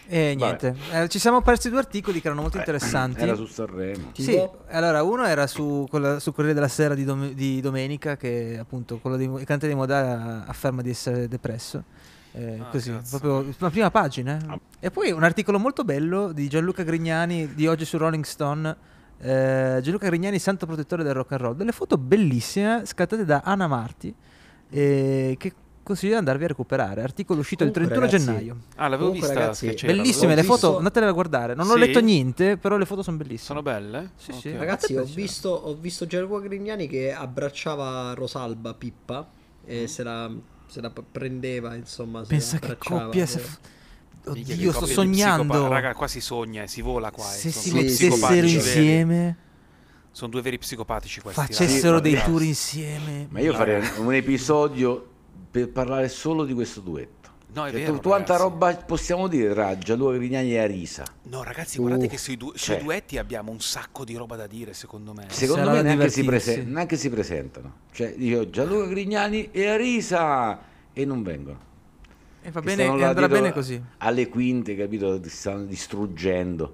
E niente, ci siamo persi 2 articoli che erano molto interessanti. Era su Sanremo. Sì, allora uno era su Corriere della Sera di domenica, che appunto quello il cantante di Modà afferma di essere depresso. Così, cazzo. proprio la prima pagina. E poi un articolo molto bello di Gianluca Grignani di oggi su Rolling Stone. Gianluca Grignani, santo protettore del rock and roll. Delle foto bellissime scattate da Anna Marti, che consiglio di andarvi a recuperare. Articolo uscito il 31 gennaio. L'avevo Comunque, vista, ragazzi, che c'era. Bellissime le l'ho foto, visto- andatele a guardare. Non ho Sì? letto niente, però le foto sono bellissime. Sono belle? Sì, Ok. sì. Ragazzi, ho Bellissime. visto Gianluca Grignani che abbracciava Rosalba Pippa e se la prendeva, insomma. Pensa che abbracciava, coppia. sì. Minchia, Oddio, che sto coppia di sognando. Raga, qua si sogna, si vola qua. Se si Sono due sì, mettessero psicopatici veri. insieme, Sono due veri psicopatici questi. facessero raga. dei Ragazzi. tour insieme. Ma io farei un episodio per parlare solo di questo duetto. No, è Cioè, vero, quanta ragazzi. roba possiamo dire tra Gianluca Grignani e Arisa? No, ragazzi, guardate che sui cioè. duetti abbiamo un sacco di roba da dire, secondo me. Secondo Sarà me neanche divertirsi. neanche si presentano. Cioè, io Gianluca Grignani e Arisa e non vengono. E va Che bene, stanno e là andrà dietro bene così. Alle quinte, capito? Ti stanno distruggendo.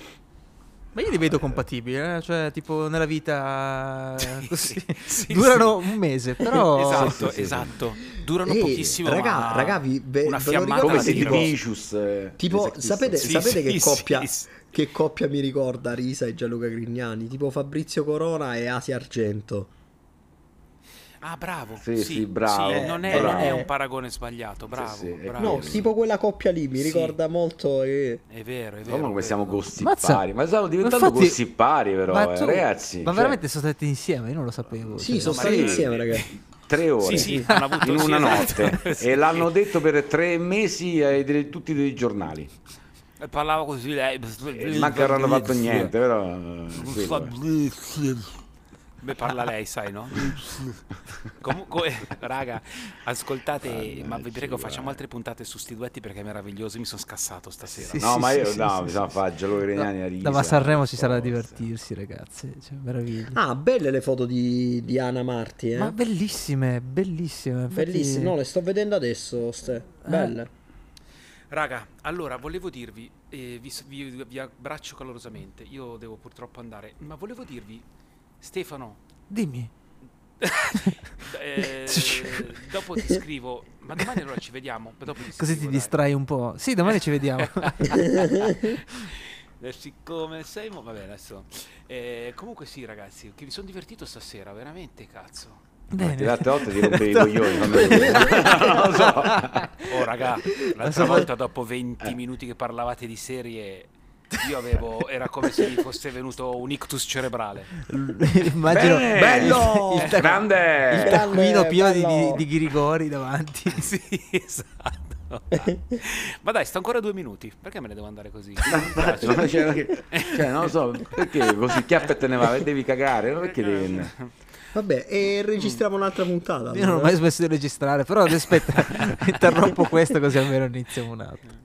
Ma io li vedo compatibili, cioè tipo nella vita così. sì, Durano un mese, però Esatto, sì. esatto. Durano Ehi, pochissimo, raga, ma ve una lo fiammata Come ricordate, se di di tipo- Vicious. Tipo, Sex Pistols. sapete Sì, che sì, coppia sì. che coppia mi ricorda Risa e Gianluca Grignani? Tipo Fabrizio Corona e Asia Argento. bravo. Sì, bravo, non è bravo. un paragone sbagliato, bravo. Sì, è bravo. No, tipo quella coppia lì mi Sì. ricorda molto. È vero, è vero. Ma come è siamo vero. gossipari? Ma stiamo diventando infatti- gossipari però, ma tu- ragazzi. Ma cioè, veramente sono stati insieme? Io non lo sapevo. Sì, Cioè, sono ma stati sì. insieme, ragazzi. 3 ore Sì, hanno avuto in sì, una esatto. notte Sì. e l'hanno detto per 3 mesi ai tutti i giornali. E parlava così lei. Manca non hanno fatto niente, però quello è. Beh, parla lei, sai, no? Comunque, raga, ascoltate, ma vi prego, facciamo altre puntate su sti duetti perché è meraviglioso. Mi sono scassato stasera. Sì, No, ma io sì, no, sì, bisogna fare Gianluca Grignani a Risa. Da Sanremo ci sarà da forza. divertirsi, ragazzi. Cioè, meraviglia. Ah, belle le foto di Anna Marti, Ma bellissime, bellissime. Infatti- bellissime. No, le sto vedendo adesso, ste. Belle. Raga, allora, volevo dirvi, vi abbraccio calorosamente. Io devo purtroppo andare, ma volevo dirvi, Stefano, Dimmi. dopo ti scrivo, ma domani allora ci vediamo. Dopo ti Così scrivo, ti dai. distrai un po'. Sì, domani ci vediamo. Siccome sei, vabbè, adesso. Comunque sì, ragazzi, che mi sono divertito stasera, veramente, cazzo. Bene. L'altra volta ti rompevi i coglioni, non lo so. Oh, raga, l'altra volta dopo 20 minuti che parlavate di serie, era come se mi fosse venuto un ictus cerebrale. Immagino Bene, bello! il tac- grande. il taccuino pieno bello. di ghirigori davanti. Sì, esatto. Ma dai, sto ancora 2 minuti. Perché me ne devo andare così? Ma cioè, non lo so, perché così chiappa e te ne va, devi cagare, no? Perché devi... Vabbè, e registriamo un'altra puntata. Io non ho mai smesso di registrare, però aspetta, interrompo questo così almeno iniziamo un altro.